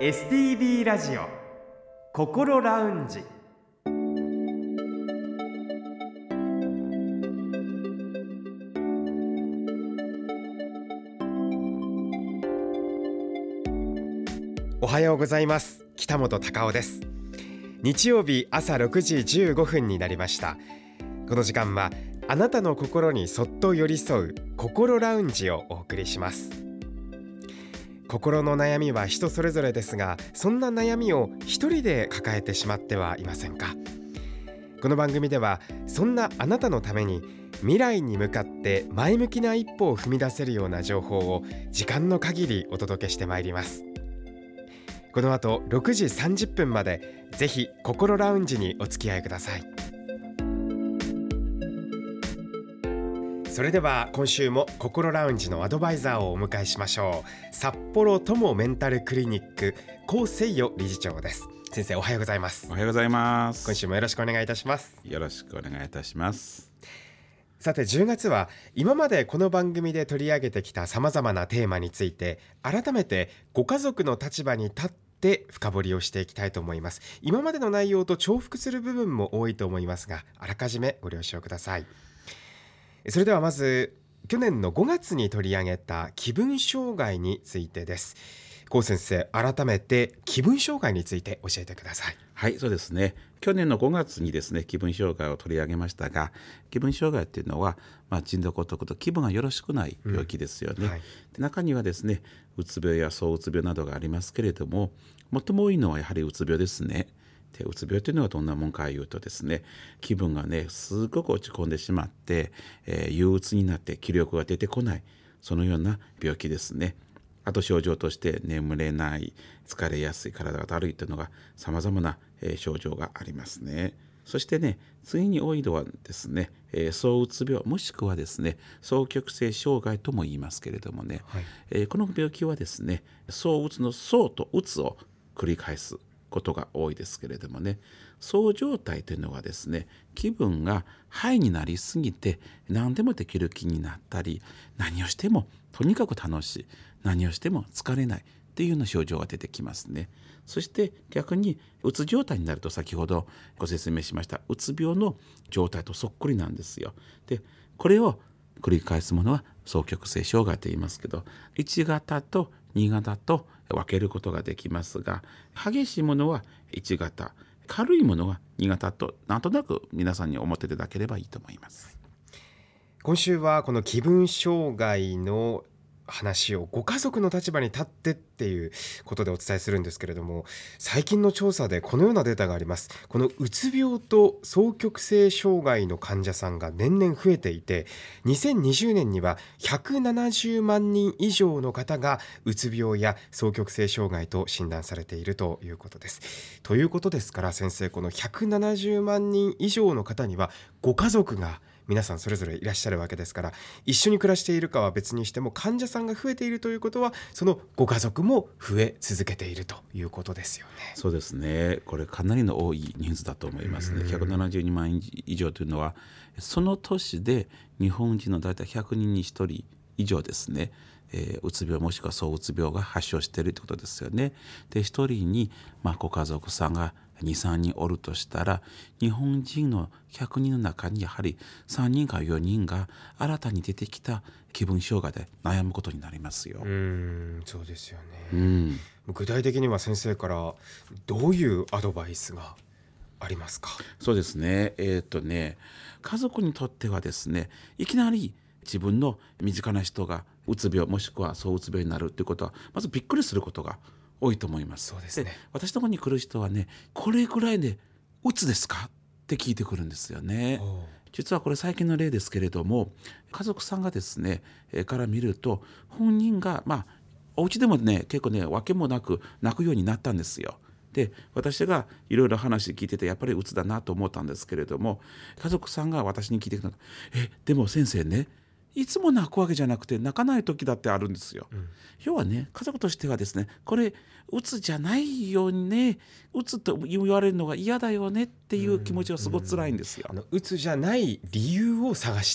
STB ラジオ心ラウンジ。おはようございます。北本隆夫です。日曜日朝6時15分になりました。この時間はあなたの心にそっと寄り添う心ラウンジをお送りします。心の悩みは人それぞれですが、そんな悩みを一人で抱えてしまってはいませんか。この番組ではそんなあなたのために未来に向かって前向きな一歩を踏み出せるような情報を時間の限りお届けしてまいります。この後6時30分までぜひ心ラウンジにお付き合いください。それでは今週も心ラウンジのアドバイザーをお迎えしましょう。札幌友メンタルクリニック高誠代理事長です。先生、おはようございます。 おはようございます。 今週もよろしくお願いいたします。 よろしくお願いいたします。 さて、10月は今までこの番組で取り上げてきたさまざまなテーマについて改めてご家族の立場に立って深掘りをしていきたいと思います。今までの内容と重複する部分も多いと思いますが、あらかじめご了承ください。それではまず去年の5月に取り上げた気分障害についてです。高先生、改めて気分障害について教えてください。 はい、そうですね。去年の5月にですね、気分障害を取り上げましたが、気分障害っていうのは、陣痛とくと気分がよろしくない病気ですよね。はい、で中にはですね、うつ病や躁うつ病などがありますけれども、最も多いのはやはりうつ病ですね。でうつ病というのはどんなもんかいうとですね、気分がねすごく落ち込んでしまって、憂鬱になって気力が出てこない、そのような病気ですね。あと症状として眠れない、疲れやすい、体がだるいというのがさまざまな症状がありますね。そしてね、次に多いのはですね、躁うつ病もしくはですね双極性障害とも言いますけれどもね、はい、この病気はですね、躁うつの躁とうつを繰り返すことが多いですけれどもね、躁状態というのはですね、気分がハイになりすぎて何でもできる気になったり、何をしてもとにかく楽しい、何をしても疲れないっていうような症状が出てきますね。そして逆にうつ状態になると、先ほどご説明しましたうつ病の状態とそっくりなんですよ。でこれを繰り返すものは双極性障害と言いますけど、1型と2型と分けることができますが、激しいものは1型、軽いものは2型となんとなく皆さんに思っていただければいいと思います。 今週はこの気分障害の話をご家族の立場に立ってっていうことでお伝えするんですけれども、最近の調査でこのようなデータがあります。このうつ病と双極性障害の患者さんが年々増えていて、2020年には170万人以上の方がうつ病や双極性障害と診断されているということです。ということですから先生、この170万人以上の方にはご家族が皆さんそれぞれいらっしゃるわけですから、一緒に暮らしているかは別にしても患者さんが増えているということは、そのご家族も増え続けているということですよね。 そうですね、これかなりの多い人数だと思いますね。172万以上というのは、その年で日本人のだいたい100人に1人以上ですね、うつ病もしくは躁うつ病が発症しているということですよね。で1人に、ご家族さんが2、3人おるとしたら、日本人の100人の中にやはり3人か4人が新たに出てきた気分障害で悩むことになりますよ。 そうですよね。具体的には先生からどういうアドバイスがありますか？ そうですね、家族にとってはですね、いきなり自分の身近な人がうつ病もしくは躁うつ病になるということは、まずびっくりすることが多いと思います。 そうですね。 で私のところに来る人はね、これぐらいでうつですかって聞いてくるんですよね。実はこれ最近の例ですけれども、家族さんがですね、から見ると本人がお家でもね結構ね訳もなく泣くようになったんですよ。で私がいろいろ話聞いててやっぱりうつだなと思ったんですけれども、家族さんが私に聞いてくるの、でも先生ね、いつも泣くわけじゃなくて泣かない時だってあるんですよ。要はね、家族としてはですね、これうつじゃないよね、うつと言われるのが嫌だよねっていう気持ちがすごく辛いんですよ。 うつじゃない理由を探していって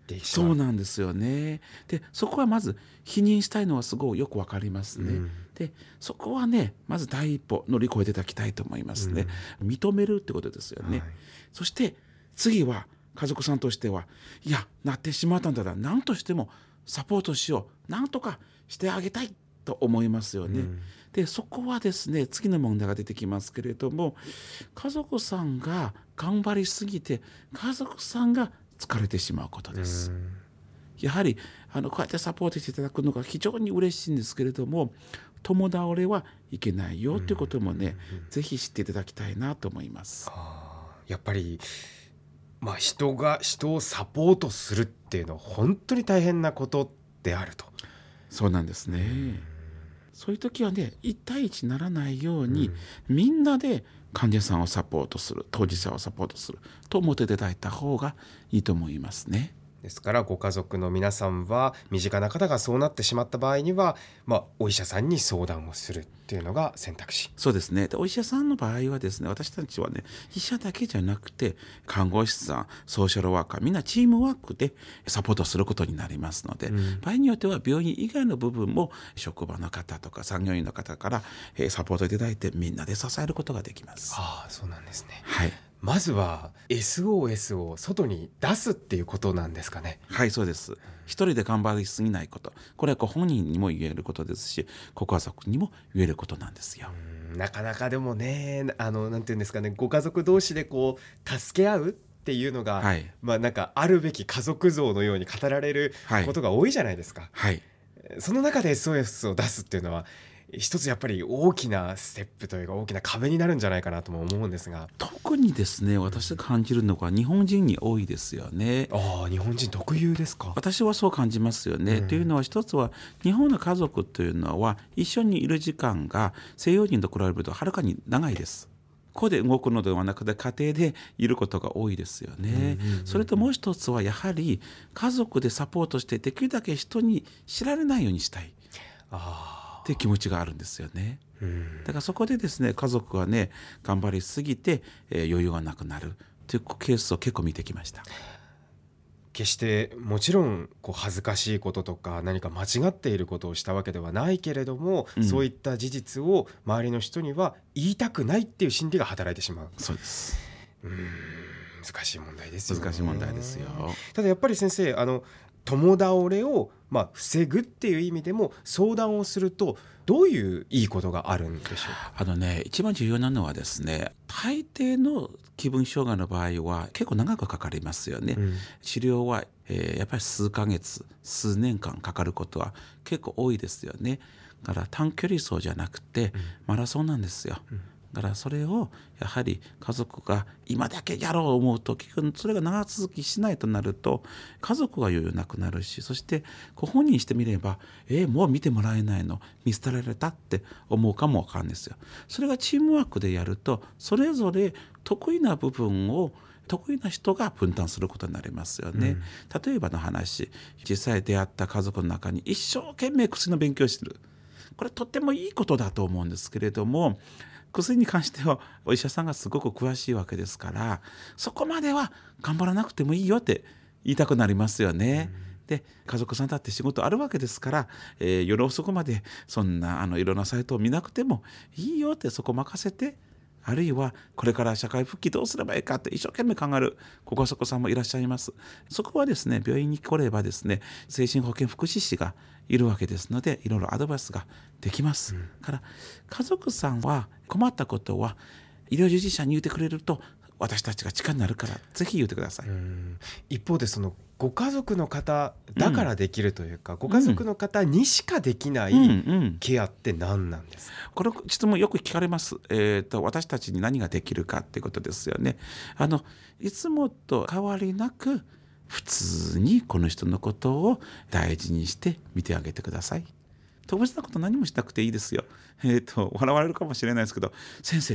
ってしまう。 そうなんですよね。でそこはまず否認したいのはすごいよくわかりますね。でそこはねまず第一歩乗り越えていただきたいと思いますね。認めるってことですよね。そして次は家族さんとしてはいやなってしまったんだら何としてもサポートしよう何とかしてあげたいと思いますよね。でそこはですね次の問題が出てきますけれども、家族さんが頑張りすぎて家族さんが疲れてしまうことです。やはりこうやってサポートしていただくのが非常に嬉しいんですけれども、共倒れはいけないよということもね、ぜひ知っていただきたいなと思います。 やっぱり人が人をサポートするっていうのは本当に大変なことであると。 そうなんですね。そういう時はね1対1にならないように、みんなで患者さんをサポートする、当事者をサポートすると思っていただいた方がいいと思いますね。 ですからご家族の皆さんは身近な方がそうなってしまった場合には、お医者さんに相談をするっていうのが選択肢。 そうですね。でお医者さんの場合はですね、私たちはね医者だけじゃなくて看護師さん、ソーシャルワーカー、みんなチームワークでサポートすることになりますので、場合によっては病院以外の部分も職場の方とか産業医の方からサポートいただいてみんなで支えることができます。 そうなんですね。 はい。 まずは SOS を外に出すっていうことなんですかね。 はい、そうです。一人で頑張りすぎないこと、これはご本人にも言えることですし、ご家族にも言えることなんですよ。 なかなかでもね、なんていうんですかね、ご家族同士で助け合うっていうのが、なんかあるべき家族像のように語られることが多いじゃないですか。その中で SOS を出すっていうのは一つやっぱり大きなステップというか大きな壁になるんじゃないかなとも思うんですが、 特にですね私が感じるのが日本人に多いですよね。 日本人特有ですか。 私はそう感じますよね。というのは一つは日本の家族というのは一緒にいる時間が西洋人と比べるとはるかに長いです。個で動くのではなくて家庭でいることが多いですよね。それともう一つはやはり家族でサポートしてできるだけ人に知られないようにしたいっていう気持ちがあるんですよね。だからそこでですね家族はね頑張りすぎて、余裕がなくなるというケースを結構見てきました。 決してもちろん恥ずかしいこととか何か間違っていることをしたわけではないけれども、そういった事実を周りの人には言いたくないっていう心理が働いてしまう。 そうです。 難しい問題ですよね。 難しい問題ですよ。 ただやっぱり先生共倒れを防ぐっていう意味でも相談をするとどういういいことがあるんでしょうか。 一番重要なのはですね、大抵の気分障害の場合は結構長くかかりますよね。治療は、やっぱり数ヶ月数年間かかることは結構多いですよね。だから短距離走じゃなくてマラソンなんですよ。だからそれをやはり家族が今だけやろうと思うと結局それが長続きしないとなると家族が余裕なくなるし、そしてご本人にしてみればもう見てもらえないの見捨てられたって思うかもわかるんですよ。それがチームワークでやるとそれぞれ得意な部分を得意な人が分担することになりますよね。例えばの話、実際出会った家族の中に一生懸命薬の勉強をしてる、これとってもいいことだと思うんですけれども、薬に関してはお医者さんがすごく詳しいわけですから、そこまでは頑張らなくてもいいよって言いたくなりますよね。で家族さんだって仕事あるわけですから、夜遅くまでそんないろんなサイトを見なくてもいいよってそこ任せて、あるいはこれから社会復帰どうすればいいかって一生懸命考えるご家族さんもいらっしゃいます。そこはですね病院に来ればですね精神保健福祉士がいるわけですのでいろいろアドバイスができます、から家族さんは困ったことは医療従事者に言ってくれると私たちが力になるからぜひ言ってください。 一方でそのご家族の方だからできるというか、ご家族の方にしかできないケアって何なんですか。 これ質問よく聞かれます。私たちに何ができるかっていうことですよね。いつもと変わりなく普通にこの人のことを大事にして見てあげてください。特別なこと何もしなくていいですよ。笑われるかもしれないですけど、先生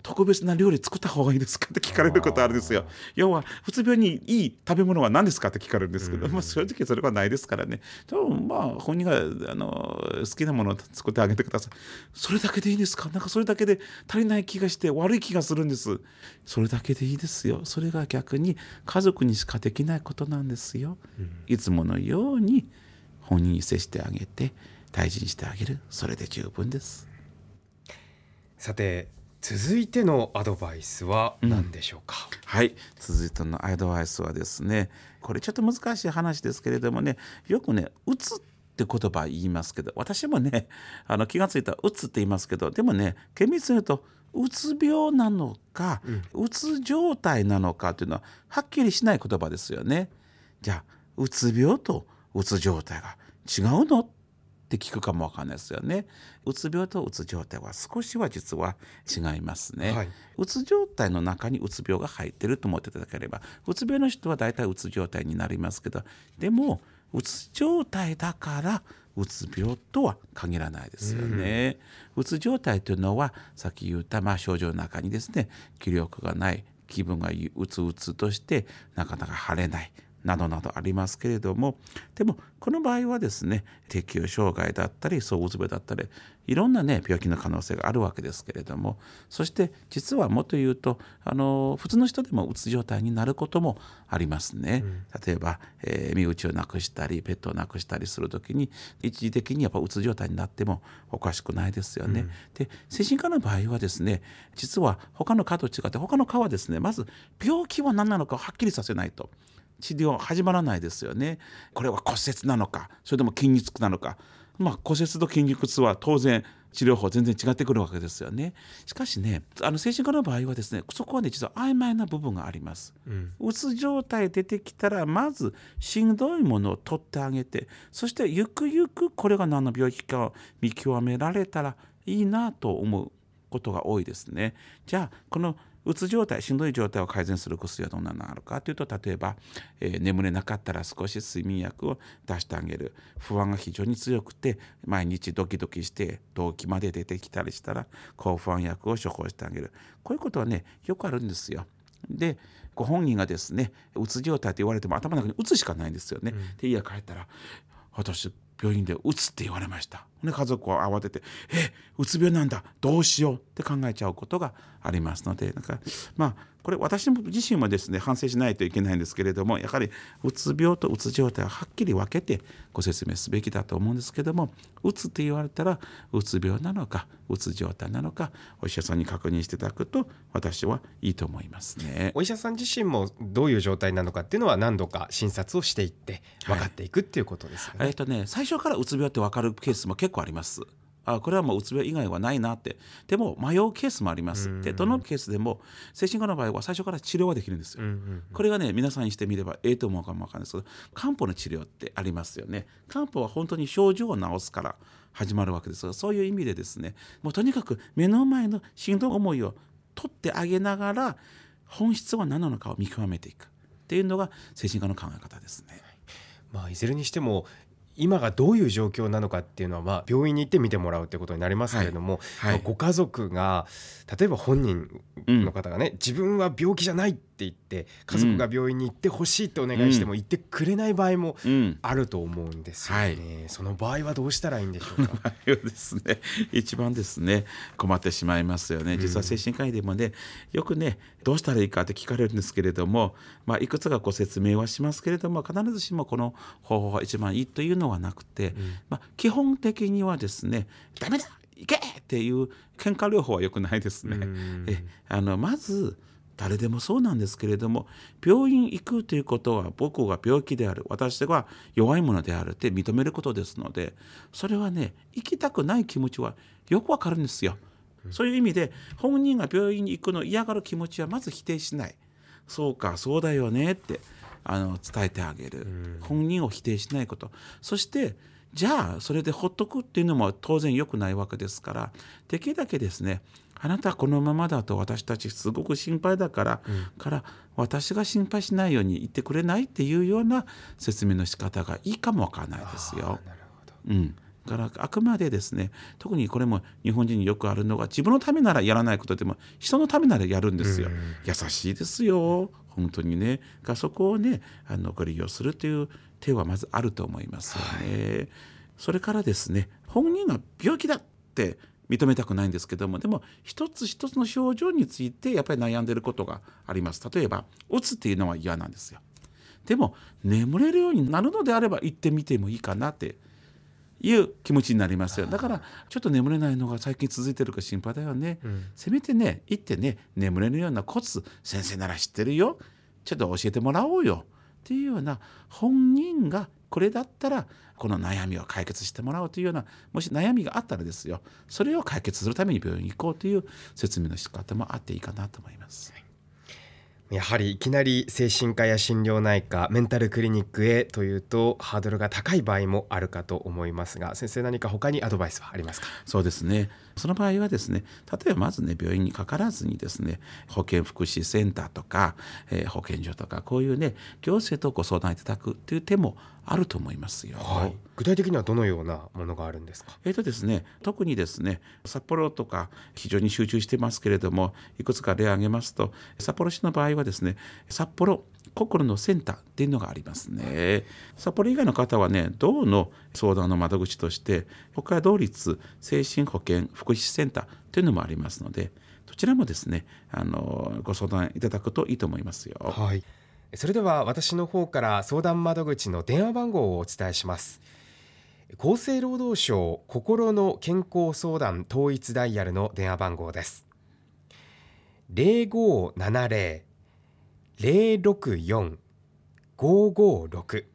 特別な料理作った方がいいですかって聞かれることあるんですよ。要はうつ病にいい食べ物は何ですかって聞かれるんですけど、正直それはないですからね。でも本人が好きなものを作ってあげてください。それだけでいいですか？なんかそれだけで足りない気がして悪い気がするんです。それだけでいいですよ。それが逆に家族にしかできないことなんですよ。いつものように本人に接してあげて大事にしてあげる、それで十分です。 さて続いてのアドバイスは何でしょうか？ はい、続いてのアドバイスはですね、これちょっと難しい話ですけれどもね、よくね、うつって言葉言いますけど、私もね、気がついたらうつって言いますけど、でもね、厳密に言うとうつ病なのか、うつ状態なのかというのははっきりしない言葉ですよね。じゃあうつ病とうつ状態が違うのって聞くかもわかんないですよね。うつ病とうつ状態は少しは実は違いますね。 はい、 うつ状態の中にうつ病が入っていると思っていただければ、うつ病の人は大体うつ状態になりますけど、でもうつ状態だからうつ病とは限らないですよね。うつ状態というのはさっき言った、症状の中にですね、気力がない、気分がうつうつとしてなかなか晴れないなどなどありますけれども、でもこの場合はですね、適応障害だったりそううつ病だったりいろんなね病気の可能性があるわけですけれども、そして実はもっと言うと普通の人でもうつ状態になることもありますね。例えば、身内を亡くしたりペットを亡くしたりするときに一時的にやっぱうつ状態になってもおかしくないですよね。で精神科の場合はですね、実は他の科と違って、他の科はですね、まず病気は何なのかをはっきりさせないと治療始まらないですよね。これは骨折なのか、それとも筋肉痛なのか、骨折と筋肉痛は当然治療法全然違ってくるわけですよね。しかしね、精神科の場合はですね、そこはね実は曖昧な部分があります。うつ状態出てきたらまずしんどいものを取ってあげて、そしてゆくゆくこれが何の病気かを見極められたらいいなと思うことが多いですね。じゃあこのうつ状態、しんどい状態を改善する薬はどんなのがあるかというと、例えば、眠れなかったら少し睡眠薬を出してあげる。不安が非常に強くて毎日ドキドキして動悸まで出てきたりしたら抗不安薬を処方してあげる。こういうことはねよくあるんですよ。でご本人がですね、うつ状態と言われても頭の中にうつしかないんですよね。で家帰ったら、私病院でうつって言われました。で家族は慌ててうつ病なんだ、どうしようって考えちゃうことがありますので、これ私自身もですね反省しないといけないんですけれども、やはりうつ病とうつ状態をはっきり分けてご説明すべきだと思うんですけども、うつって言われたらうつ病なのかうつ状態なのかお医者さんに確認していただくと私はいいと思いますね。 お医者さん自身もどういう状態なのかっていうのは何度か診察をしていって分かっていくっていうことですよね。 最初からうつ病って分かるケースも結構あります。これはもううつ病以外はないなって。でも迷うケースもあります。でどのケースでも精神科の場合は最初から治療はできるんですよ。これがね皆さんにしてみればと思うかもわかんないですけど、漢方の治療ってありますよね。漢方は本当に症状を治すから始まるわけですが、そういう意味でですね、もうとにかく目の前のしんどい思いを取ってあげながら本質は何なのかを見極めていくっていうのが精神科の考え方ですね。 いずれにしても今がどういう状況なのかっていうのは、病院に行って見てもらうってことになりますけれども、ご家族が例えば本人の方がね、自分は病気じゃないって言って家族が病院に行ってほしいってお願いしても行ってくれない場合もあると思うんですよね。その場合はどうしたらいいんでしょうか？ ですね、一番ですね困ってしまいますよね。実は精神科医でもねよくねどうしたらいいかって聞かれるんですけれども、いくつかご説明はしますけれども、必ずしもこの方法が一番いいというのはなくて、基本的にはですね、ダメだ行けっていう喧嘩療法は良くないですね。まず誰でもそうなんですけれども、病院行くということは僕が病気である、私が弱いものであるって認めることですので、それはね行きたくない気持ちはよくわかるんですよ。そういう意味で本人が病院に行くのを嫌がる気持ちはまず否定しない。そうかそうだよねって伝えてあげる。本人を否定しないこと。そしてじゃあそれでほっとくっていうのも当然良くないわけですから、できるだけですね、あなたこのままだと私たちすごく心配だから、私が心配しないように言ってくれないっていうような説明の仕方がいいかもわからないですよ。 だからあくまでですね、特にこれも日本人によくあるのが、自分のためならやらないことでも人のためならやるんですよ。優しいですよ本当にね。そこをねご利用するという手はまずあると思いますよね。それからですね、本人が病気だって認めたくないんですけども、でも一つ一つの症状についてやっぱり悩んでいることがあります。例えばうつっていうのは嫌なんですよ。でも眠れるようになるのであれば行ってみてもいいかなっていう気持ちになりますよ。だからちょっと眠れないのが最近続いてるから心配だよね、せめてね行ってね、眠れるようなコツ先生なら知ってるよ、ちょっと教えてもらおうよっていうような、本人がこれだったらこの悩みを解決してもらおうというような、もし悩みがあったらですよ、それを解決するために病院に行こうという説明の仕方もあっていいかなと思います。 やはりいきなり精神科や心療内科、メンタルクリニックへというとハードルが高い場合もあるかと思いますが、先生何か他にアドバイスはありますか？ そうですね、その場合はですね、例えばまずね病院にかからずにですね、保健福祉センターとか、保健所とかこういうね行政とご相談いただくという手もあると思いますよ。 具体的にはどのようなものがあるんですか？ ですね、特にですね札幌とか非常に集中してますけれども、いくつか例を挙げますと、札幌市の場合はですね、札幌心のセンターっていうのがありますね。札幌以外の方はね、道の相談の窓口として北海道立精神保健福祉センターというのもありますので、どちらもですねご相談いただくといいと思いますよ。 それでは私の方から相談窓口の電話番号をお伝えします。厚生労働省心の健康相談統一ダイヤルの電話番号です。 0570-064-556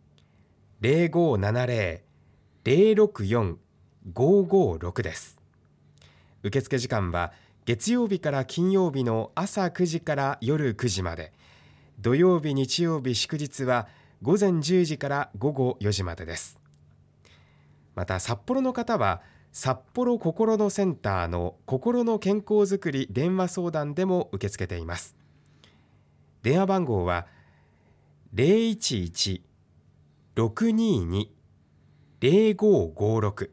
0570-064-556 です。受付時間は月曜日から金曜日の朝9時から夜9時まで、土曜日日曜日祝日は午前10時から午後4時までです。また札幌の方は札幌心のセンターの心の健康づくり電話相談でも受け付けています。電話番号は 011-622-0556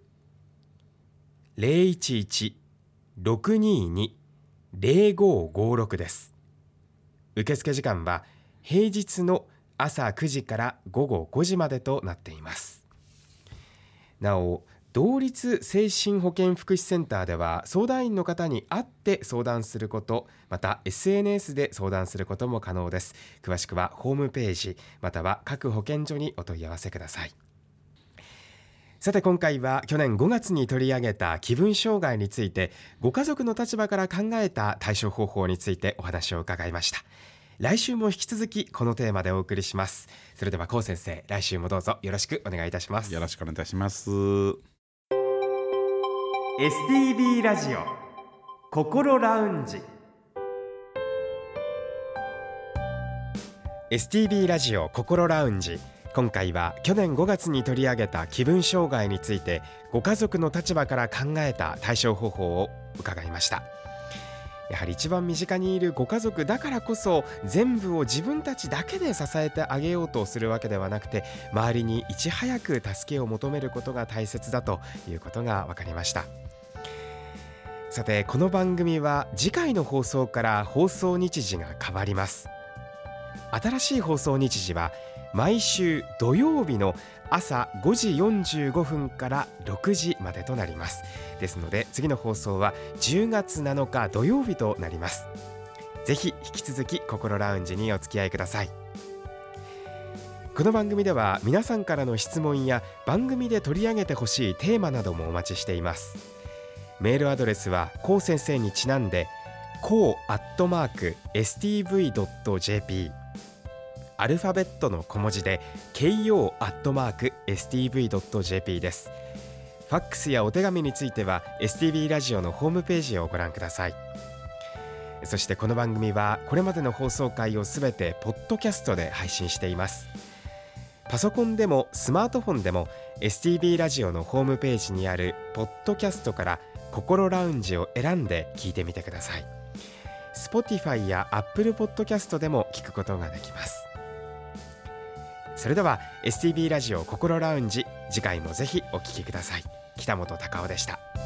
011-622-0556 です。受付時間は平日の朝9時から午後5時までとなっています。なお、同立精神保健福祉センターでは相談員の方に会って相談すること、また SNS で相談することも可能です。詳しくはホームページまたは各保健所にお問い合わせください。さて今回は去年5月に取り上げた気分障害について、ご家族の立場から考えた対処方法についてお話を伺いました。来週も引き続きこのテーマでお送りします。それでは高先生、来週もどうぞよろしくお願いいたします。 よろしくお願いいたします。 STB ラジオ心ラウンジ。 STB ラジオ心ラウンジ、今回は去年5月に取り上げた気分障害について、ご家族の立場から考えた対処方法を伺いました。やはり一番身近にいるご家族だからこそ、全部を自分たちだけで支えてあげようとするわけではなくて、周りにいち早く助けを求めることが大切だということが分かりました。さてこの番組は次回の放送から放送日時が変わります。新しい放送日時は毎週土曜日の朝5時45分から6時までとなります。ですので次の放送は10月7日土曜日となります。ぜひ引き続き心ラウンジにお付き合いください。この番組では皆さんからの質問や番組で取り上げてほしいテーマなどもお待ちしています。メールアドレスはこう先生にちなんでko@stv.jp、アルファベットの小文字で ko@stv.jp です。ファックスやお手紙については STV ラジオのホームページをご覧ください。そしてこの番組はこれまでの放送回をすべてポッドキャストで配信しています。パソコンでもスマートフォンでも STV ラジオのホームページにあるポッドキャストから心ラウンジを選んで聞いてみてください。 Spotify や Apple Podcast でも聞くことができます。それでは STV ラジオ心ラウンジ、 次回もぜひお聞きください。北本隆夫でした。